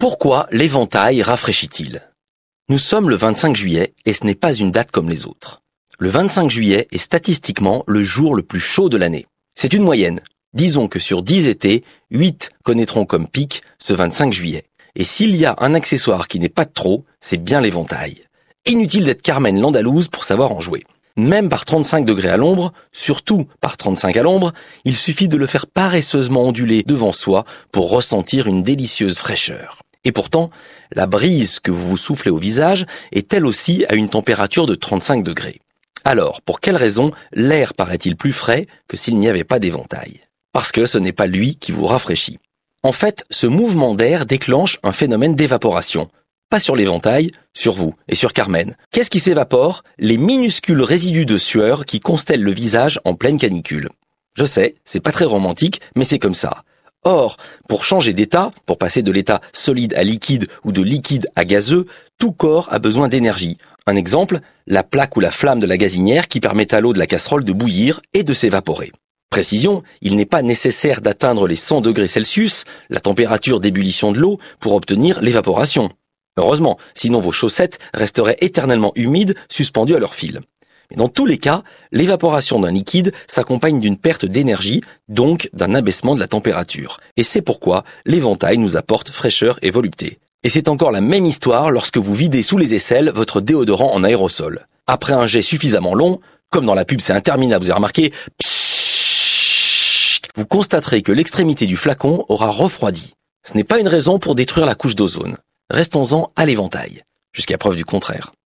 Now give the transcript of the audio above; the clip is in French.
Pourquoi l'éventail rafraîchit-il? Nous sommes le 25 juillet et ce n'est pas une date comme les autres. Le 25 juillet est statistiquement le jour le plus chaud de l'année. C'est une moyenne. Disons que sur 10 étés, 8 connaîtront comme pic ce 25 juillet. Et s'il y a un accessoire qui n'est pas de trop, c'est bien l'éventail. Inutile d'être Carmen l'Andalouse pour savoir en jouer. Même par 35 degrés à l'ombre, surtout par 35 à l'ombre, il suffit de le faire paresseusement onduler devant soi pour ressentir une délicieuse fraîcheur. Et pourtant, la brise que vous vous soufflez au visage est elle aussi à une température de 35 degrés. Alors, pour quelle raison l'air paraît-il plus frais que s'il n'y avait pas d'éventail? Parce que ce n'est pas lui qui vous rafraîchit. En fait, ce mouvement d'air déclenche un phénomène d'évaporation. Pas sur l'éventail, sur vous et sur Carmen. Qu'est-ce qui s'évapore? Les minuscules résidus de sueur qui constellent le visage en pleine canicule. Je sais, c'est pas très romantique, mais c'est comme ça. Or, pour changer d'état, pour passer de l'état solide à liquide ou de liquide à gazeux, tout corps a besoin d'énergie. Un exemple, la plaque ou la flamme de la gazinière qui permet à l'eau de la casserole de bouillir et de s'évaporer. Précision, il n'est pas nécessaire d'atteindre les 100 degrés Celsius, la température d'ébullition de l'eau, pour obtenir l'évaporation. Heureusement, sinon vos chaussettes resteraient éternellement humides, suspendues à leur fil. Mais dans tous les cas, l'évaporation d'un liquide s'accompagne d'une perte d'énergie, donc d'un abaissement de la température. Et c'est pourquoi l'éventail nous apporte fraîcheur et volupté. Et c'est encore la même histoire lorsque vous videz sous les aisselles votre déodorant en aérosol. Après un jet suffisamment long, comme dans la pub c'est interminable, vous avez remarqué, vous constaterez que l'extrémité du flacon aura refroidi. Ce n'est pas une raison pour détruire la couche d'ozone. Restons-en à l'éventail, jusqu'à preuve du contraire.